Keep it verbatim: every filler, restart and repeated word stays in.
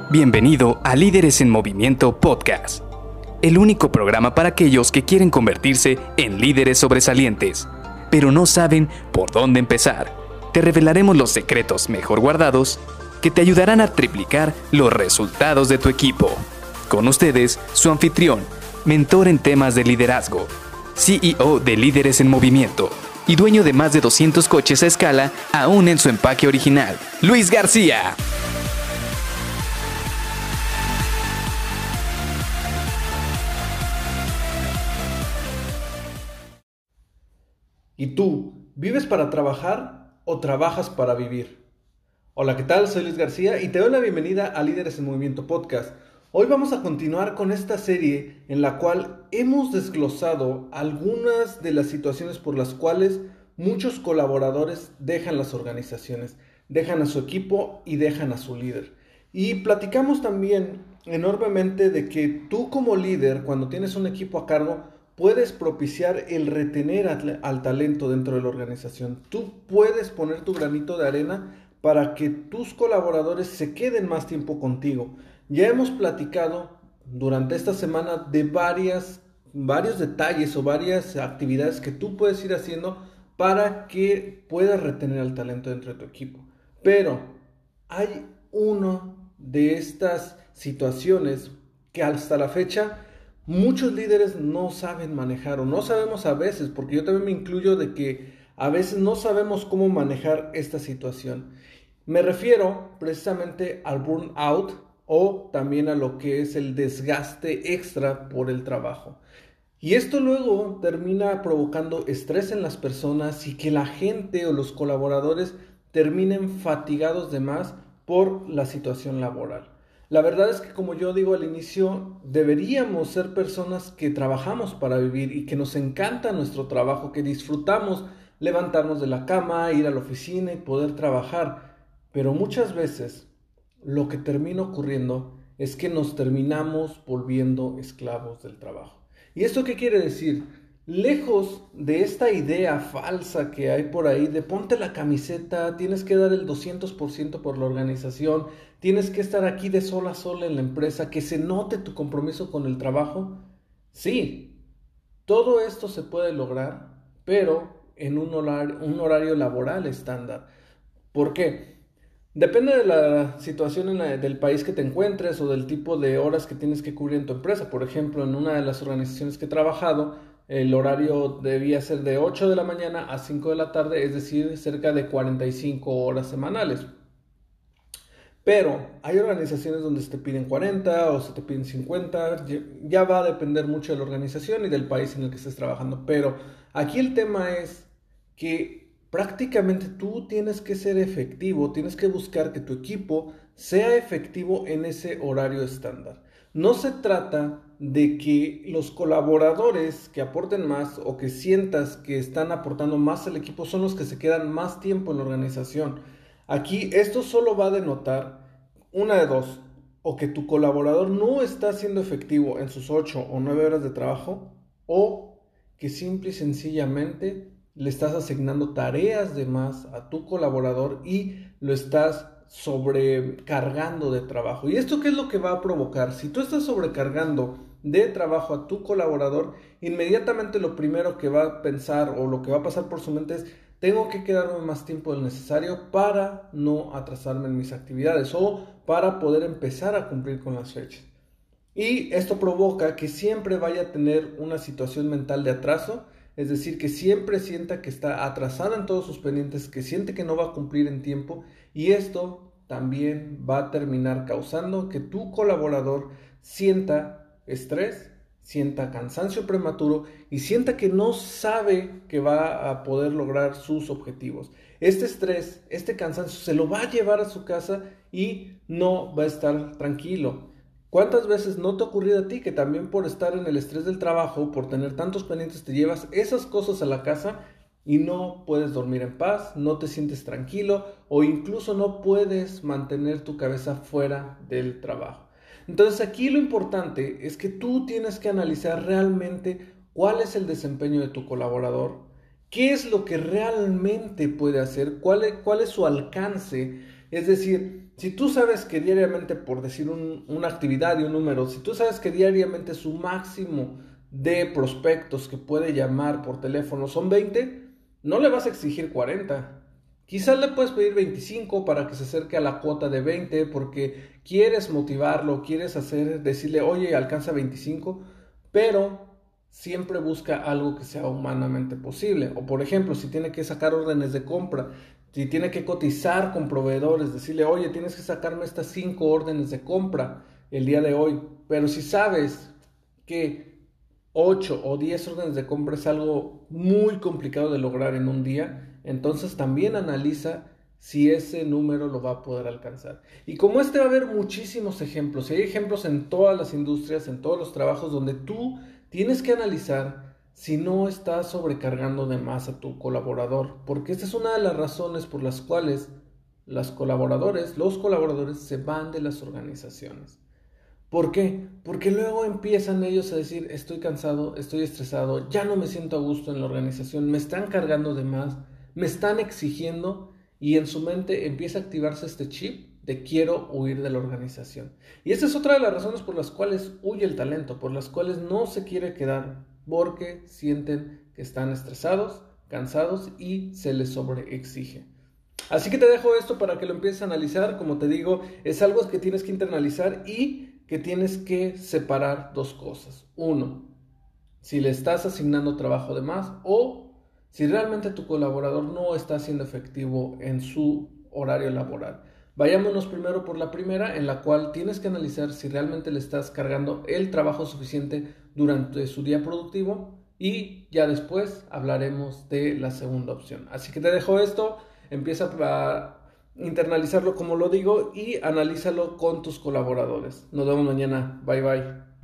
Bienvenido a Líderes en Movimiento Podcast, el único programa para aquellos que quieren convertirse en líderes sobresalientes, pero no saben por dónde empezar. Te revelaremos los secretos mejor guardados que te ayudarán a triplicar los resultados de tu equipo. Con ustedes, su anfitrión, mentor en temas de liderazgo, C E O de Líderes en Movimiento y dueño de más de doscientos coches a escala, aún en su empaque original, Luis García. ¿Y tú, vives para trabajar o trabajas para vivir? Hola, ¿qué tal? Soy Luis García y te doy la bienvenida a Líderes en Movimiento Podcast. Hoy vamos a continuar con esta serie en la cual hemos desglosado algunas de las situaciones por las cuales muchos colaboradores dejan las organizaciones, dejan a su equipo y dejan a su líder. Y platicamos también enormemente de que tú como líder, cuando tienes un equipo a cargo, puedes propiciar el retener al, al talento dentro de la organización. Tú puedes poner tu granito de arena para que tus colaboradores se queden más tiempo contigo. Ya hemos platicado durante esta semana de varias, varios detalles o varias actividades que tú puedes ir haciendo para que puedas retener al talento dentro de tu equipo. Pero hay una de estas situaciones que hasta la fecha muchos líderes no saben manejar, o no sabemos a veces, porque yo también me incluyo de que a veces no sabemos cómo manejar esta situación. Me refiero precisamente al burnout o también a lo que es el desgaste extra por el trabajo. Y esto luego termina provocando estrés en las personas y que la gente o los colaboradores terminen fatigados de más por la situación laboral. La verdad es que, como yo digo al inicio, deberíamos ser personas que trabajamos para vivir y que nos encanta nuestro trabajo, que disfrutamos levantarnos de la cama, ir a la oficina y poder trabajar. Pero muchas veces lo que termina ocurriendo es que nos terminamos volviendo esclavos del trabajo. ¿Y esto qué quiere decir? Lejos de esta idea falsa que hay por ahí de ponte la camiseta, tienes que dar el doscientos por ciento por la organización, tienes que estar aquí de sol a sol en la empresa, que se note tu compromiso con el trabajo. Sí, todo esto se puede lograr, pero en un horario, un horario laboral estándar. ¿Por qué? Depende de la situación en la, del país que te encuentres o del tipo de horas que tienes que cubrir en tu empresa. Por ejemplo, en una de las organizaciones que he trabajado, el horario debía ser de ocho de la mañana a cinco de la tarde, es decir, cerca de cuarenta y cinco horas semanales. Pero hay organizaciones donde se te piden cuarenta o se te piden cincuenta, ya va a depender mucho de la organización y del país en el que estés trabajando. Pero aquí el tema es que prácticamente tú tienes que ser efectivo, tienes que buscar que tu equipo sea efectivo en ese horario estándar. No se trata de que los colaboradores que aporten más o que sientas que están aportando más al equipo son los que se quedan más tiempo en la organización. Aquí esto solo va a denotar una de dos, o que tu colaborador no está siendo efectivo en sus ocho o nueve horas de trabajo, o que simple y sencillamente le estás asignando tareas de más a tu colaborador y lo estás sobrecargando de trabajo. ¿Y esto qué es lo que va a provocar? Si tú estás sobrecargando de trabajo a tu colaborador, inmediatamente lo primero que va a pensar o lo que va a pasar por su mente es: tengo que quedarme más tiempo del necesario para no atrasarme en mis actividades o para poder empezar a cumplir con las fechas. Y esto provoca que siempre vaya a tener una situación mental de atraso, es decir, que siempre sienta que está atrasada en todos sus pendientes, que siente que no va a cumplir en tiempo, y esto también va a terminar causando que tu colaborador sienta estrés, sienta cansancio prematuro y sienta que no sabe que va a poder lograr sus objetivos. Este estrés, este cansancio se lo va a llevar a su casa y no va a estar tranquilo. ¿Cuántas veces no te ha ocurrido a ti que también por estar en el estrés del trabajo, por tener tantos pendientes, te llevas esas cosas a la casa y no puedes dormir en paz, no te sientes tranquilo o incluso no puedes mantener tu cabeza fuera del trabajo? Entonces aquí lo importante es que tú tienes que analizar realmente cuál es el desempeño de tu colaborador, qué es lo que realmente puede hacer, cuál es, cuál es su alcance. Es decir, Si tú sabes que diariamente, por decir un, una actividad y un número, si tú sabes que diariamente su máximo de prospectos que puede llamar por teléfono son veinte, no le vas a exigir cuarenta. Quizás le puedes pedir veinticinco para que se acerque a la cuota de veinte porque quieres motivarlo, quieres hacer, decirle, oye, alcanza veinticinco, pero siempre busca algo que sea humanamente posible. O por ejemplo, si tiene que sacar órdenes de compra, si tiene que cotizar con proveedores, decirle, oye, tienes que sacarme estas cinco órdenes de compra el día de hoy. Pero si sabes que ocho o diez órdenes de compra es algo muy complicado de lograr en un día, entonces también analiza si ese número lo va a poder alcanzar. Y como este va a haber muchísimos ejemplos, y hay ejemplos en todas las industrias, en todos los trabajos donde tú tienes que analizar si no estás sobrecargando de más a tu colaborador, porque esta es una de las razones por las cuales los colaboradores, los colaboradores se van de las organizaciones. ¿Por qué? Porque luego empiezan ellos a decir, estoy cansado, estoy estresado, ya no me siento a gusto en la organización, me están cargando de más, me están exigiendo, y en su mente empieza a activarse este chip de quiero huir de la organización. Y esa es otra de las razones por las cuales huye el talento, por las cuales no se quiere quedar, porque sienten que están estresados, cansados y se les sobreexige. Así que te dejo esto para que lo empieces a analizar. Como te digo, es algo que tienes que internalizar y que tienes que separar dos cosas. Uno, si le estás asignando trabajo de más o si realmente tu colaborador no está siendo efectivo en su horario laboral. Vayámonos primero por la primera, en la cual tienes que analizar si realmente le estás cargando el trabajo suficiente durante su día productivo, y ya después hablaremos de la segunda opción. Así que te dejo esto, empieza a internalizarlo como lo digo y analízalo con tus colaboradores. Nos vemos mañana, bye bye.